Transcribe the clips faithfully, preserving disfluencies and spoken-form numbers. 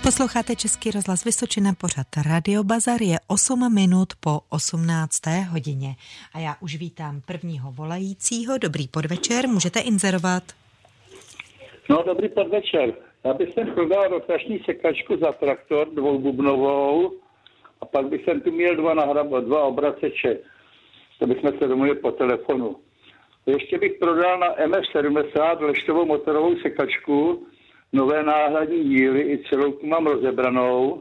Posloucháte Český rozhlas Vysočina, pořad Radio Bazar, je osm minut po osmnácté hodině. A já už vítám prvního volajícího. Dobrý podvečer, můžete inzerovat. No, dobrý podvečer. Já bych sem prodal rotační sekačku za traktor dvoububnovou a pak bych sem tu měl dva nahraba, dva obraceče. To bychom se domluvili po telefonu. Ještě bych prodal na M F sedmdesát leštovou motorovou sekačku, nové náhradní díly, i celou tu mám rozebranou.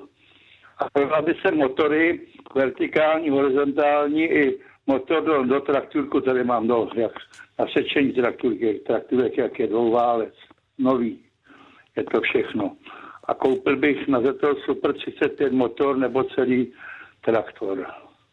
A prodal by se motory, vertikální, horizontální i motor do, do trakturku, tady mám do, jak na sečení trakturky, trakturek, jak je dvouválec, nový. Je to všechno. A koupil bych na Zetor Super třicet pět motor nebo celý traktor.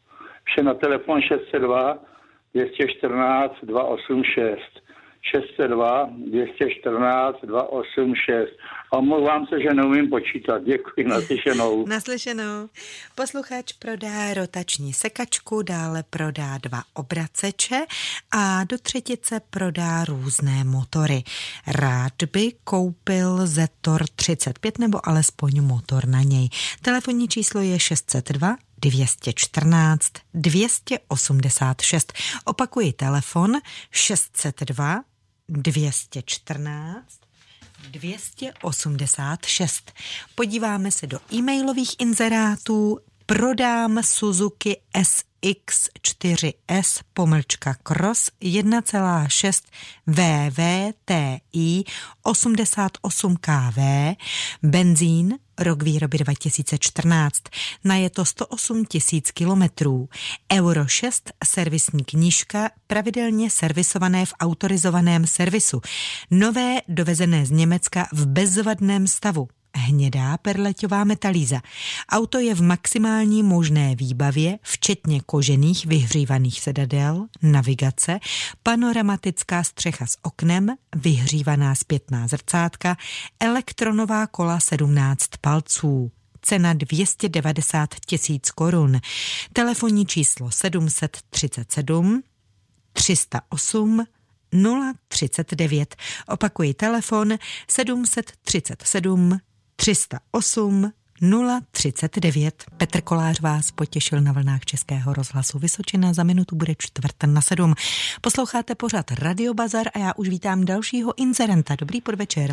Vše na telefon šest set dva dvě stě čtrnáct dva osm šest. šest set dva dvě stě čtrnáct dva osm šest. Omlouvám se, že neumím počítat. Děkuji, naslyšenou. Naslyšenou. Posluchač prodá rotační sekačku, dále prodá dva obraceče a do třetice prodá různé motory. Rád by koupil Zetor třicet pět nebo alespoň motor na něj. Telefonní číslo je šest set dva dvě stě čtrnáct dvě stě osmdesát šest. Opakuji telefon šest set dva dvě stě čtrnáct dvě stě osmdesát šest. Podíváme se do e-mailových inzerátů. Prodám Suzuki S X čtyři S pomlčka Cross jedna celá šest V V T I osmdesát osm K V, benzín, rok výroby dva tisíce čtrnáct, najeto sto osm tisíc kilometrů, Euro šest, servisní knížka, pravidelně servisované v autorizovaném servisu, nové dovezené z Německa v bezvadném stavu. Hnědá perleťová metalíza. Auto je v maximální možné výbavě, včetně kožených vyhřívaných sedadel, navigace, panoramatická střecha s oknem, vyhřívaná zpětná zrcátka, elektronová kola sedmnáct palců. Cena dvě stě devadesát tisíc korun. Telefonní číslo sedm set třicet sedm tři sta osm nula třicet devět. Opakuji telefon sedm set třicet sedm tři sta osm nula třicet devět. Petr Kolář vás potěšil na vlnách Českého rozhlasu Vysočina. Za minutu bude čtvrt na sedm. Posloucháte pořad Radio Bazar a já už vítám dalšího inzerenta. Dobrý podvečer.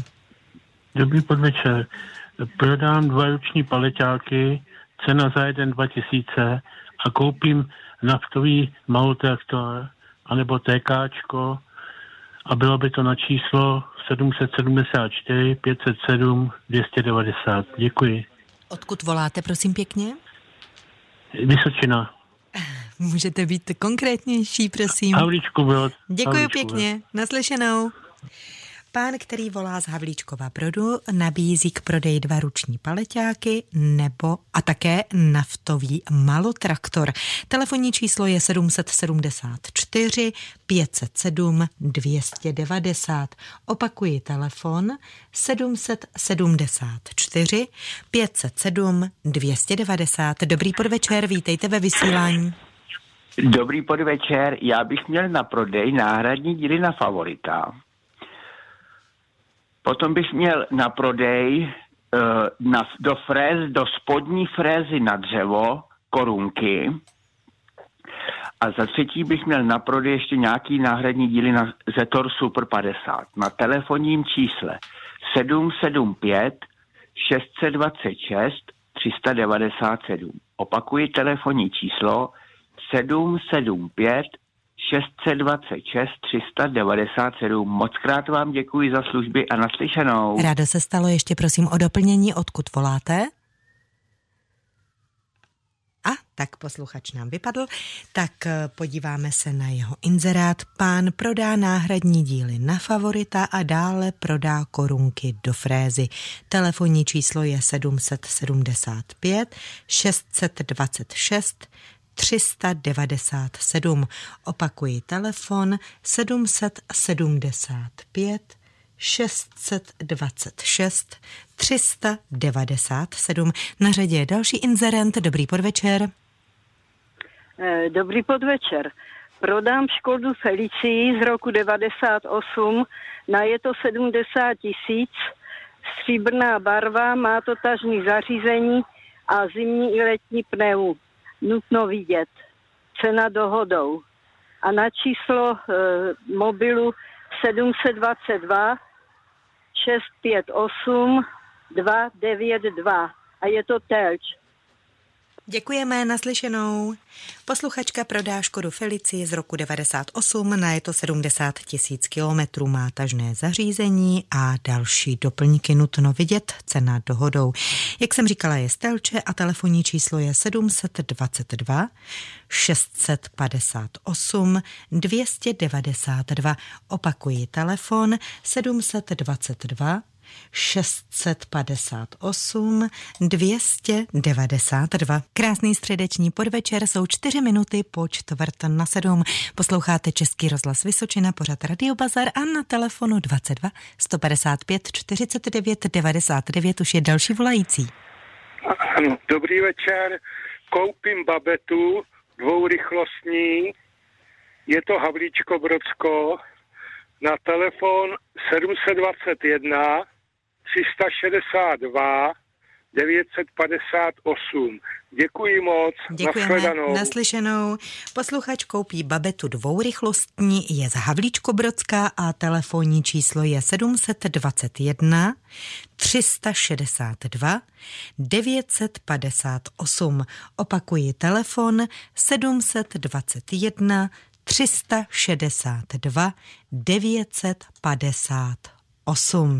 Dobrý podvečer. Prodám dva ruční paleťáky, cena za jeden dva tisíce a koupím naftový malotraktor anebo TKčko a bylo by to na číslo sedm set sedmdesát čtyři pět set sedm dvě stě devadesát. Děkuji. Odkud voláte, prosím pěkně? Vysočina. Můžete být konkrétnější, prosím. Havlíčku Brod. Děkuji Havlíčku pěkně. Brod. Naslyšenou. Pán, který volá z Havlíčkova Brodu, nabízí k prodeji dva ruční paleťáky nebo a také naftový malotraktor. Telefonní číslo je sedm set sedmdesát čtyři pět set sedm dvě stě devadesát. Opakuji telefon sedm set sedmdesát čtyři pět set sedm dvě stě devadesát. Dobrý podvečer, vítejte ve vysílání. Dobrý podvečer, já bych měl na prodej náhradní díly na Favorita. Potom bych měl na prodej uh, na, do fréz, do spodní frézy na dřevo korunky. A za třetí bych měl na prodej ještě nějaký náhradní díly na Zetor Super padesát. Na telefonním čísle sedm sedm pět šest set dvacet šest tři sta devadesát sedm. Opakuji telefonní číslo sedm sedm pět šest set dvacet šest tři sta devadesát sedm. Mockrát vám děkuji za služby a naslyšenou. Ráda se stalo, ještě prosím o doplnění, odkud voláte? A tak posluchač nám vypadl, tak podíváme se na jeho inzerát. Pán prodá náhradní díly na Favorita a dále prodá korunky do frézy. Telefonní číslo je sedm set sedmdesát pět šest set dvacet šest tři sta devadesát sedm. Opakuji telefon sedm set sedmdesát pět šest set dvacet šest tři sta devadesát sedm. Na řadě je další inzerent. Dobrý podvečer. Dobrý podvečer. Prodám Škodu Felicii z roku devadesát osm, na je to sedmdesát tisíc, stříbrná barva, má to tažní zařízení a zimní i letní pneu. Nutno vidět. Cena dohodou. A na číslo e, mobilu sedm dva dva šest pět osm dva devět dva. A je to Telč. Děkujeme, naslyšenou. Posluchačka prodá Škodu Felicii z roku devadesát osm, na je to sedmdesát tisíc kilometrů, má tažné zařízení a další doplňky nutno vidět, cena dohodou. Jak jsem říkala, je z Telče a telefonní číslo je sedm dva dva šest padesát osm dvě devadesát dva. Opakuji telefon sedm dva dva šest padesát osm dvě devadesát dva. Krásný středeční podvečer, jsou čtyři minuty po čtvrt na sedm. Posloucháte Český rozhlas Vysočina, pořad Radio Bazar a na telefonu dvacet dva sto padesát pět čtyřicet devět devadesát devět už je další volající. Ano, dobrý večer. Koupím babetu dvourychlostní, je to Havlíčko Brodsko, na telefon sedm dva jedna tři šedesát dva devět padesát osm. Děkuji moc. Děkujeme, naslyšenou. Posluchač koupí babetu dvourychlostní, je z Havlíčkobrodská a telefonní číslo je sedm dva jedna tři šedesát dva devět padesát osm. Opakuji telefon sedm dva jedna tři šedesát dva devět padesát osm.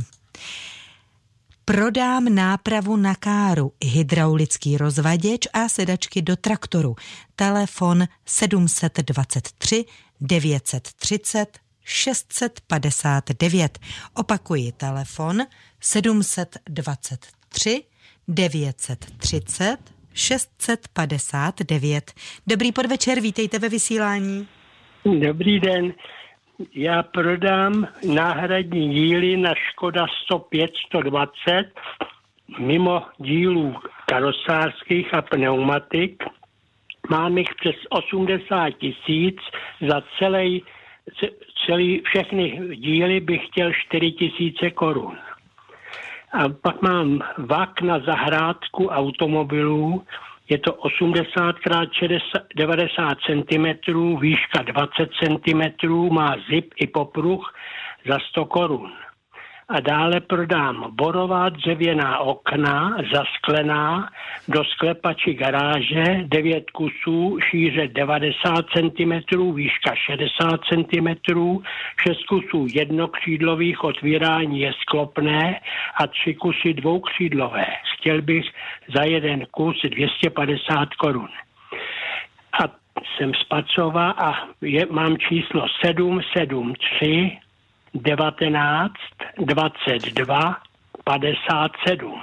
Prodám nápravu na káru, hydraulický rozvaděč a sedačky do traktoru. Telefon sedm dva tři devět tři nula šest padesát devět. Opakuji telefon sedm dva tři devět tři nula šest padesát devět. Dobrý podvečer, vítejte ve vysílání. Dobrý den. Já prodám náhradní díly na Škoda sto pět sto dvacet mimo dílů karosářských a pneumatik. Mám jich přes osmdesát tisíc, za celý, celý, všechny díly bych chtěl čtyři tisíce korun. A pak mám vak na zahrádku automobilů, je to osmdesát krát devadesát centimetrů, výška dvacet centimetrů, má zip i popruh za sto korun. A dále prodám borová dřevěná okna, zasklená, do sklepači garáže, devět kusů, šíře devadesát centimetrů, výška šedesát centimetrů, šest kusů jednokřídlových, otvírání je sklopné a tři kusy dvoukřídlové. Chtěl bych za jeden kus dvě stě padesát korun. A jsem z Pacova a je, mám číslo sedm sedm tři devatenáct dvacet dva padesát sedm.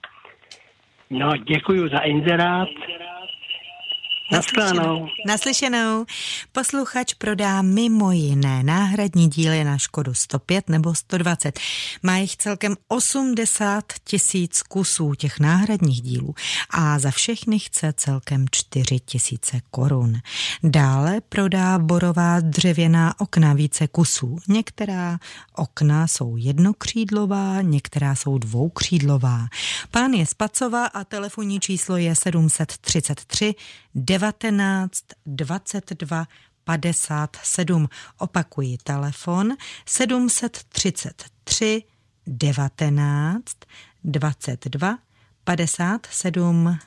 No, děkuji za inzerát. Naslyšenou. Naslyšenou. Posluchač prodá mimo jiné náhradní díly na Škodu sto pět nebo sto dvacet. Má jich celkem osmdesát tisíc kusů těch náhradních dílů a za všechny chce celkem čtyři tisíce korun. Dále prodá borová dřevěná okna, více kusů. Některá okna jsou jednokřídlová, některá jsou dvoukřídlová. Pán je z Pacova a telefonní číslo je sedm tři tři devatenáct dvacet dva padesát sedm. Opakuji telefon sedm tři tři devatenáct dvacet dva padesát sedm.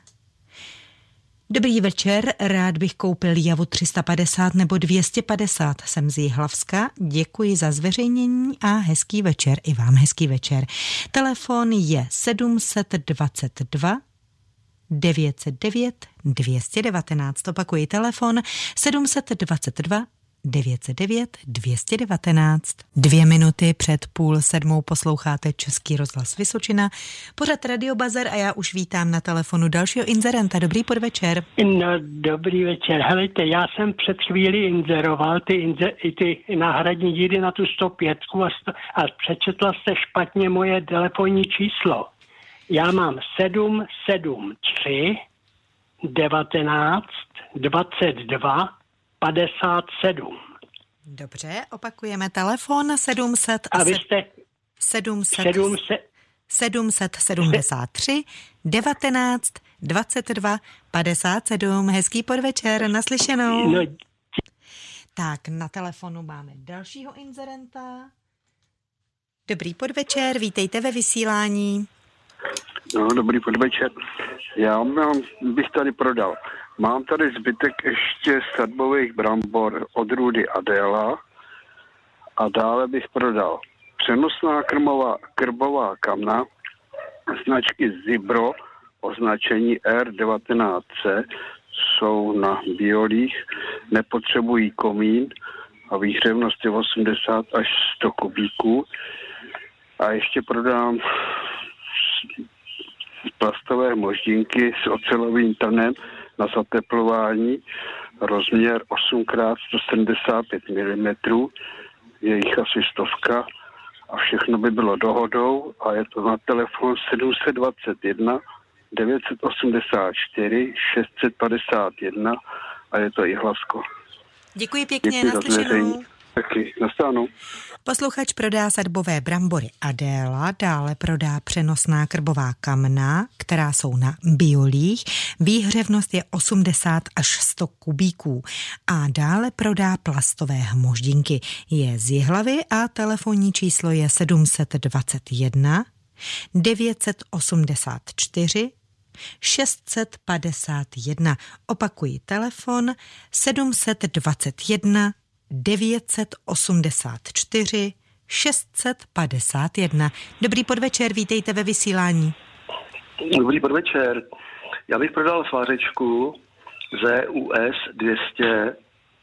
Dobrý večer, rád bych koupil Javu tři sta padesát nebo dvě stě padesát. Jsem z Jihlavska, děkuji za zveřejnění a hezký večer, i vám hezký večer. Telefon je sedm dvacet dva devět set devět dvě stě devatenáct. Opakuji telefon sedm dvacet dva devět set devět dvě stě devatenáct. Dvě minuty před půl sedmou posloucháte Český rozhlas Vysočina, pořad Radio Bazar a já už vítám na telefonu dalšího inzerenta. Dobrý podvečer. No, dobrý večer. Helejte, já jsem před chvíli inzeroval ty, inzer, ty náhradní díly na tu sto pět a, sto, a přečetla jste špatně moje telefonní číslo. Já mám sedm sedm tři devatenáct dvacet dva padesát sedm. Dobře, opakujeme telefon sedm set a vy jste sedm set sedm sedm tři, devatenáct, dvacet dva, padesát sedm. Hezký podvečer, naslyšenou. No. Tak, na telefonu máme dalšího inzerenta. Dobrý podvečer, vítejte ve vysílání. No, dobrý podvečer. Já mám, bych tady prodal. Mám tady zbytek ještě sadbových brambor odrůdy Adéla a dále bych prodal přenosná krmová, krbová kamna značky Zibro, označení R devatenáct C, jsou na biolích, nepotřebují komín a výhřevnost je osmdesát až sto kubíků. A ještě prodám plastové moždinky s ocelovým trnem na zateplování, rozměr osm krát sto sedmdesát pět milimetrů, je jich asi stovka a všechno by bylo dohodou a je to na telefon sedm dva jedna, devět osm čtyři, šest padesát jedna a je to Jihlavsko. Děkuji pěkně, naslyšenou. Taky, nastanou. Posluchač prodá sadbové brambory Adéla, dále prodá přenosná krbová kamna, která jsou na biolích. Výhřevnost je osmdesát až sto kubíků. A dále prodá plastové hmoždinky. Je z Jihlavy a telefonní číslo je sedm dva jedna, devět osm čtyři, šest padesát jedna. Opakuji telefon sedm dva jedna, devět osm čtyři, šest padesát jedna. Dobrý podvečer, vítejte ve vysílání. Dobrý podvečer. Já bych prodal svářečku Z U S dvě stě.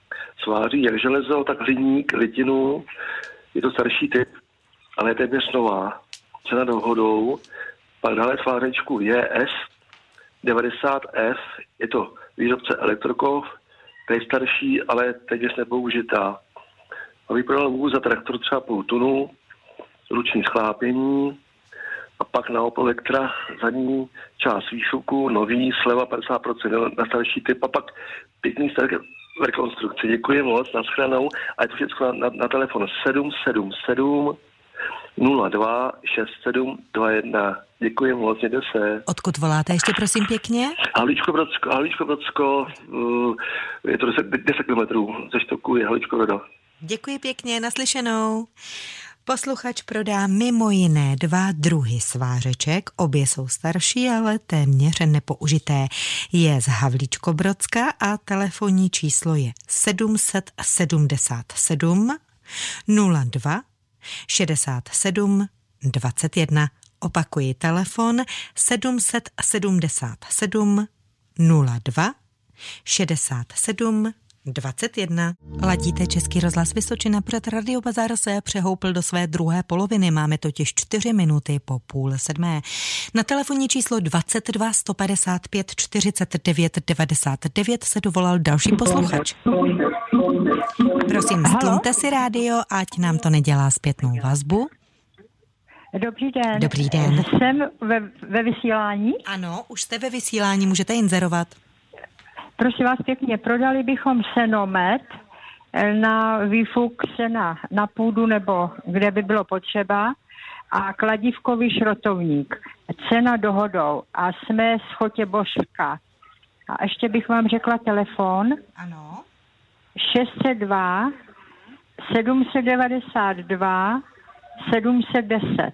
Sváří jak železo, tak hliník, litinu. Je to starší typ, ale je téměř nová. Cena dohodou. Pak dále svářečku J S devadesát F. Je to výrobce Elektrokov. To je starší, ale teď je nepoužitá. Abych prodal vůz za traktor třeba půl tunu, ruční schlápění a pak na Opel Vectra zadní část výfuku, nový, sleva padesát procent na starší typ a pak pěkný starý v rekonstrukci. Děkuji moc, nashledanou a je to všechno na, na telefon sedm sedm sedm nula dva šest sedm dva jedna. Děkuji moc, mějte se. Odkud voláte ještě, prosím, pěkně? Havlíčko Brodsko, Havlíčko Brodsko, je to deset kilometrů ze Štoku, je Havlíčko Brodo. Děkuji pěkně, naslyšenou. Posluchač prodá mimo jiné dva druhy svářeček, obě jsou starší, ale téměř nepoužité. Je z Havlíčkobrodska a telefonní číslo je sedm sedm sedm nula dva šedesát sedm dvacet jedna. Opakuji telefon sedm sedm sedm nula dva šedesát sedm dvacet jedna. Ladíte Český rozhlas Vysočina, před Radio Bazar se přehoupl do své druhé poloviny. Máme totiž čtyři minuty po půl sedmé. Na telefonní číslo dvacet dva sto padesát pět čtyřicet devět devadesát devět se dovolal další posluchač. Prosím, stlumte si rádio, ať nám to nedělá zpětnou vazbu. Dobrý den. Dobrý den. Jsem ve, ve vysílání? Ano, už jste ve vysílání, můžete inzerovat. Prosím vás pěkně, prodali bychom senomet na výfuk sena na půdu nebo kde by bylo potřeba a kladívkový šrotovník. Cena dohodou a jsme z Chotěbořska. A ještě bych vám řekla telefon. Ano. šest set dva sedm set devadesát dva sedm set deset.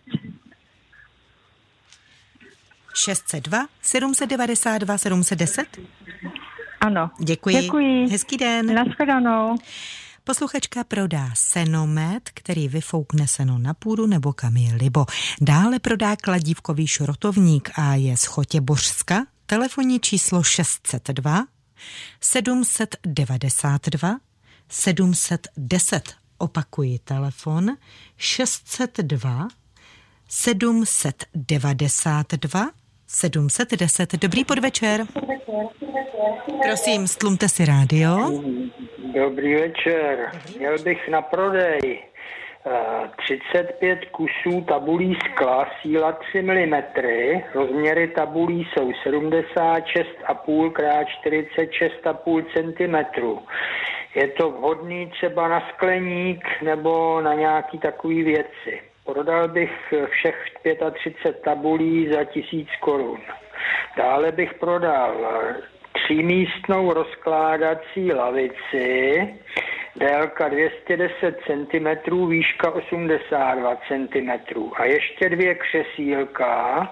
šest set dva sedm set devadesát dva sedm set deset? Ano. Děkuji. Děkuji. Hezký den. Nashledanou. Posluchačka prodá senomet, který vyfoukne seno na půdu nebo kam je libo. Dále prodá kladívkový šrotovník a je z Chotěbořska. Telefonní číslo šest set dva sedm set devadesát dva sedm set deset. Opakuji telefon šest set dva sedm set devadesát dva sedm set deset. Dobrý podvečer. Prosím, stlumte si rádio. Dobrý večer. Měl bych na prodej třicet pět kusů tabulí skla, síla tři milimetry, rozměry tabulí jsou sedmdesát šest a půl krát čtyřicet šest a půl centimetru. Je to vhodný třeba na skleník nebo na nějaký takový věci. Prodal bych všech třicet pět tabulí za tisíc korun. Dále bych prodal třímístnou rozkládací lavici, délka dvě stě deset centimetrů, výška osmdesát dva centimetrů. A ještě dvě křesílka,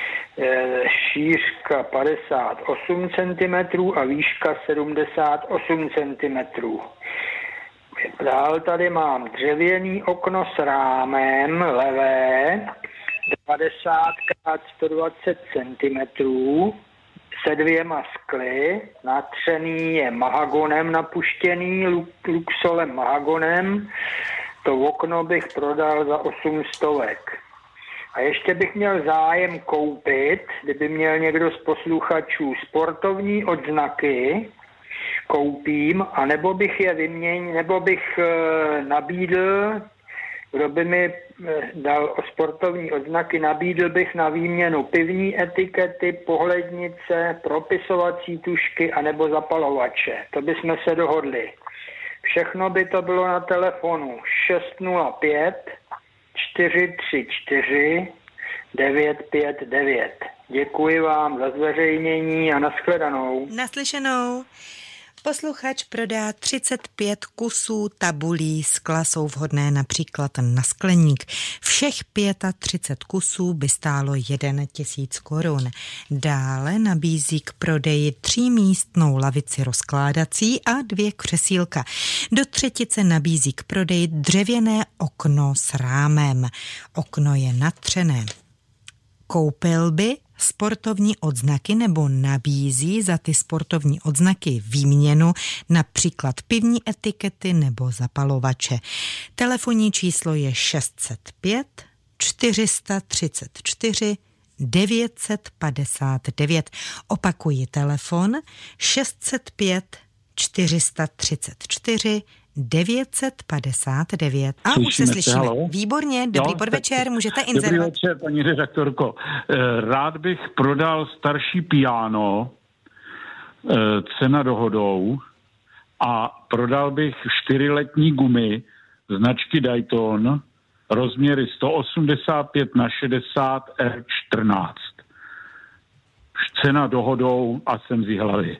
šířka padesát osm centimetrů a výška sedmdesát osm centimetrů. Dál tady mám dřevěný okno s rámem levé, devadesát krát sto dvacet centimetrů, se dvěma skly, natřený je mahagonem napuštěný, luxolem mahagonem. To okno bych prodal za osm stovek. A ještě bych měl zájem koupit, kdyby měl někdo z posluchačů, sportovní odznaky, koupím, anebo bych je vyměnil, nebo bych e, nabídl, kdo by mi e, dal o sportovní odznaky, nabídl bych na výměnu pivní etikety, pohlednice, propisovací tušky, anebo zapalovače. To bychom se dohodli. Všechno by to bylo na telefonu šest nula pět čtyři tři čtyři devět pět devět. Děkuji vám za zveřejnění a nashledanou. Naslyšenou. Posluchač prodá třicet pět kusů tabulí skla, jsou vhodné například na skleník. Všech třicet pět kusů by stálo jeden tisíc korun. Dále nabízí k prodeji třímístnou lavici rozkládací a dvě křesílka. Do třetice nabízí k prodeji dřevěné okno s rámem. Okno je natřené. Koupil by sportovní odznaky nebo nabízí za ty sportovní odznaky výměnu, například pivní etikety nebo zapalovače. Telefonní číslo je šest set pět čtyři třicet čtyři devět set padesát devět. Opakuji telefon šest set pět čtyři třicet čtyři devět set padesát devět. A slyšíme už se slyšíme. Halo? Výborně, dobrý jo, podvečer, můžete inzerovat. Dobrý večer, paní redaktorko. Rád bych prodal starší piano, cena dohodou, a prodal bych čtyřletní gumy značky Dayton, rozměry sto osmdesát pět na šedesát R čtrnáct. Cena dohodou a jsem z Jihlavy.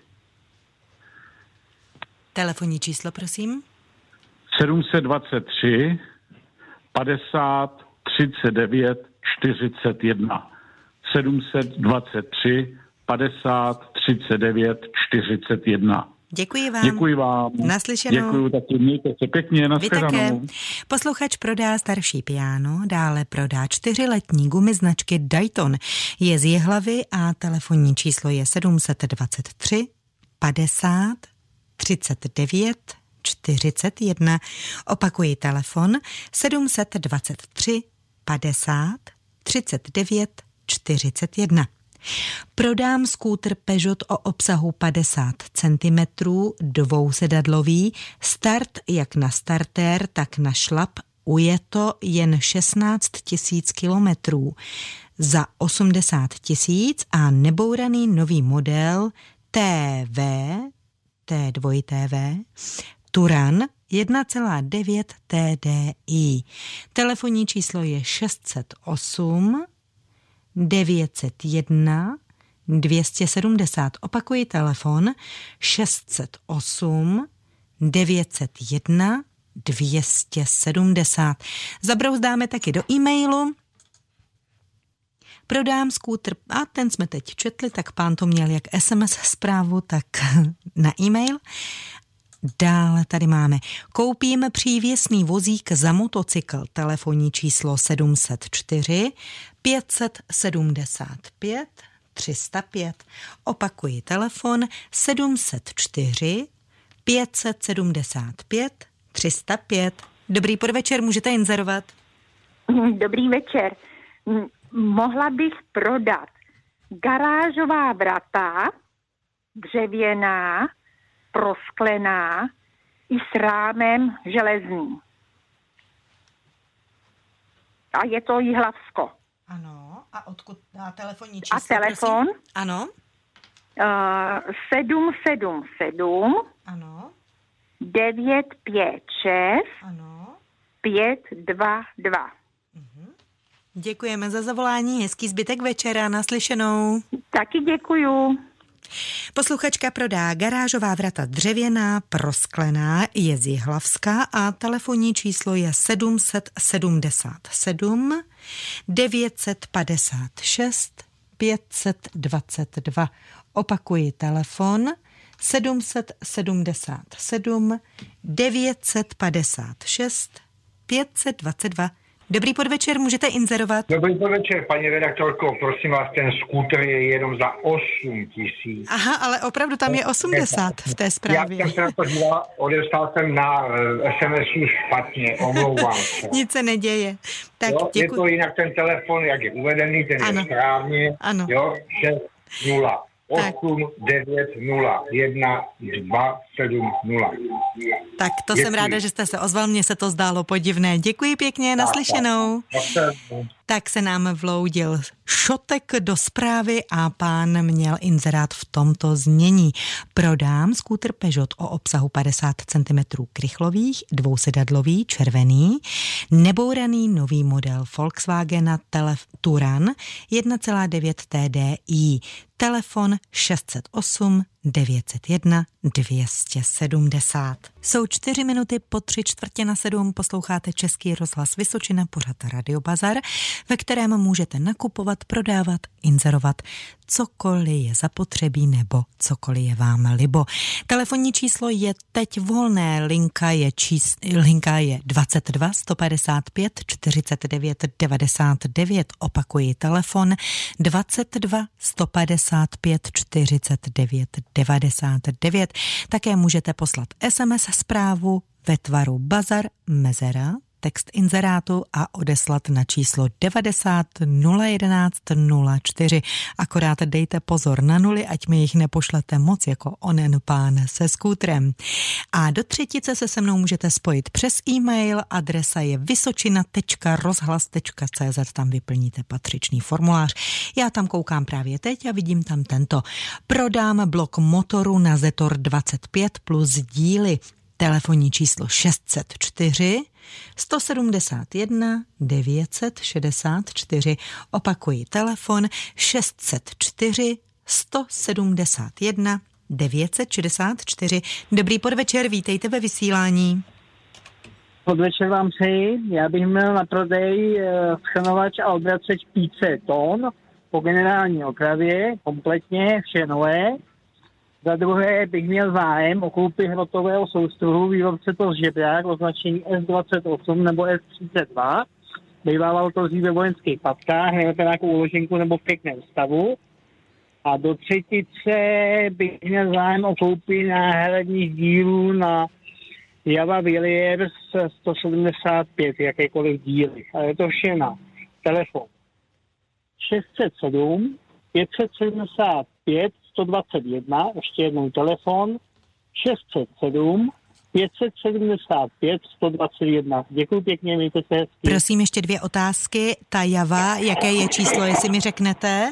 Telefonní číslo, prosím. sedm set dvacet tři padesát třicet devět čtyřicet jedna. sedm set dvacet tři padesát třicet devět čtyřicet jedna. Děkuji vám. Děkuji vám. Naslyšenou. Děkuji taky, mějte se pěkně, nashledanou. Vy také. Posluchač prodá starší piano, dále prodá čtyřletní gumy značky Dayton. Je z Jihlavy a telefonní číslo je sedm set dvacet tři padesát třicet devět čtyřicet jedna. Opakuji telefon sedm set dvacet tři padesát třicet devět čtyřicet jedna. Prodám skútr Peugeot o obsahu padesát centimetrů, dvousedadlový, start jak na startér, tak na šlap, ujeto jen šestnáct tisíc kilometrů. Za osmdesát tisíc a nebouraný nový model T V, T dvojité V, Turan jedna celá devět T D I. Telefonní číslo je šest set osm devět set jedna dvě stě sedmdesát. Opakuji telefon šest set osm devět set jedna dvě stě sedmdesát. Zabrouzdáme taky do e-mailu. Prodám skútr, a ten jsme teď četli, tak pán to měl jak es em es zprávu, tak na e-mail. Dále tady máme. Koupím přívěsný vozík za motocykl. Telefonní číslo sedm set čtyři pět set sedmdesát pět tři sta pět. Opakuji telefon sedm set čtyři pět set sedmdesát pět tři sta pět. Dobrý podvečer, můžete inzerovat. Dobrý večer. Mohla bych prodat garážová vrata, dřevěná, prosklená i s rámem železný. A je to Jihlavsko. Ano, a odkud? A telefonní číslo, a telefon? Prosím? Ano. Uh, sedm sedm sedm Ano. devět pět šest Ano. pět dva dva. Uh-huh. Děkujeme za zavolání, hezký zbytek večera, naslyšenou. Taky děkuju. Posluchačka prodá garážová vrata dřevěná, prosklená, je z Jihlavska a telefonní číslo je sedm set sedmdesát sedm devět set padesát šest pět set dvacet dva. Opakuji telefon sedm set sedmdesát sedm devět set padesát šest pět set dvacet dva. Dobrý podvečer, můžete inzerovat. Dobrý podvečer, paní redaktorko, prosím vás, ten skútr je jenom za osm tisíc. Aha, ale opravdu tam je osmdesát v té zprávě. Já jsem se na to díval, odevstal jsem na uh, es em esu špatně, omlouvám se. Nic se neděje. Tak jo, je to jinak ten telefon, jak je uvedený, ten ano. je správně. Ano. Jo, šest nula osm devět nula jedna dva sedm nula. Tak to Děkuji. Jsem ráda, že jste se ozval, mně se to zdálo podivné. Děkuji pěkně, naslyšenou. Tak, tak se nám vloudil šotek do zprávy a pán měl inzerát v tomto znění. Prodám skútr Peugeot o obsahu padesát centimetrů krychlových, dvousedadlový, červený, nebouraný nový model Volkswagena Telef Touran jedna celá devět T D I. Telefon šest set osm devět set jedna dvě stě sedmdesát. Jsou čtyři minuty po tři čtvrtě na sedm, posloucháte Český rozhlas Vysočina, pořad Radio Bazar, ve kterém můžete nakupovat, prodávat, inzerovat cokoliv je zapotřebí nebo cokoliv je vám libo. Telefonní číslo je teď volné, linka je, čís, linka je dvacet dva sto padesát pět čtyřicet devět devadesát devět, opakuji telefon dvacet dva sto padesát pět čtyřicet devět devadesát devět. Také můžete poslat es em es zprávu ve tvaru Bazar mezera, text inzerátu a odeslat na číslo devadesát nula jedenáct nula čtyři. Akorát dejte pozor na nuly, ať mi jich nepošlete moc jako onen pán se skútrem. A do třetice se se mnou můžete spojit přes e-mail, adresa je vysočina tečka rozhlas tečka cé zet, tam vyplníte patřičný formulář. Já tam koukám právě teď a vidím tam tento. Prodám blok motoru na Zetor dvacet pět plus díly. Telefonní číslo šest set čtyři sto sedmdesát jedna devět set šedesát čtyři. Opakuji telefon šest set čtyři sto sedmdesát jedna devět set šedesát čtyři. Dobrý podvečer, vítejte ve vysílání. Podvečer vám přeji. Já bych měl na prodej schrnovač a obraceč Píce Ton po generální opravě, kompletně, vše nové. Za druhé bych měl zájem o koupi hrotového soustruhu výrobce to z Žebrák, označení es dvacet osm nebo es třicet dva. Bývával to dříve ve vojenských patkách, nejlépe nějakou uloženku nebo v pěkném stavu. A do třetice bych měl zájem o koupi náhradních dílů na Java Villiers sto sedmdesát pět, jakékoliv díly. A je to vše na telefon šest set sedm pět set sedmdesát pět sto dvacet jedna, ještě jednou telefon šest set sedm pět set sedmdesát pět sto dvacet jedna. Děkuji pěkně, mějte se hezky. Prosím ještě dvě otázky. Ta Java, jaké je číslo, jestli mi řeknete?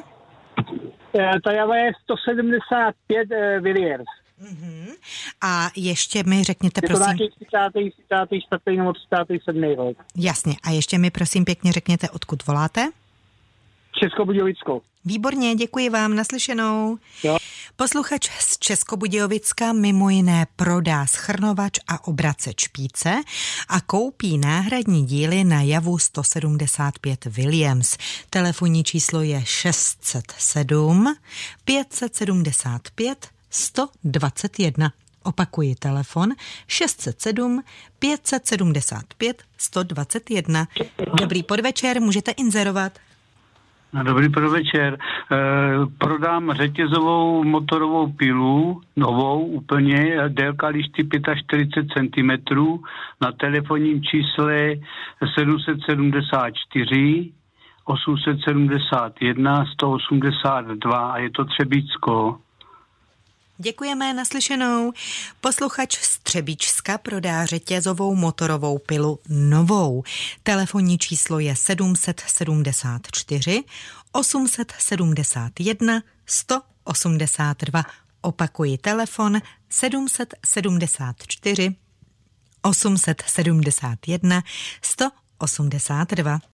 Ta Java je sto sedmdesát pět uh, Villiers. Uh-huh. A ještě mi řekněte, je prosím... Je to nějaký třicátý, třicátý čtvrtý nebo třicátý sedmý rok. Jasně. A ještě mi prosím pěkně řekněte, odkud voláte? Českobudějovickou. Výborně, děkuji vám, naslyšenou. Jo. Posluchač z Českobudějovicka mimo jiné prodá schrnovač a obraceč Píce a koupí náhradní díly na Javu sto sedmdesát pět Williams. Telefonní číslo je šest set sedm pět set sedmdesát pět sto dvacet jedna. Opakuji telefon šest set sedm pět set sedmdesát pět sto dvacet jedna. Dobrý podvečer, můžete inzerovat. Dobrý podvečer. E, prodám řetězovou motorovou pilu, novou úplně, délka lišty čtyřicet pět centimetrů, na telefonním čísle sedm set sedmdesát čtyři osm set sedmdesát jedna sto osmdesát dva a je to Třebíčsko. Děkujeme, naslyšenou. Posluchač z Třebíčska prodá řetězovou motorovou pilu novou. Telefonní číslo je sedm set sedmdesát čtyři osm set sedmdesát jedna sto osmdesát dva. Opakuji telefon sedm set sedmdesát čtyři osm set sedmdesát jedna sto osmdesát dva.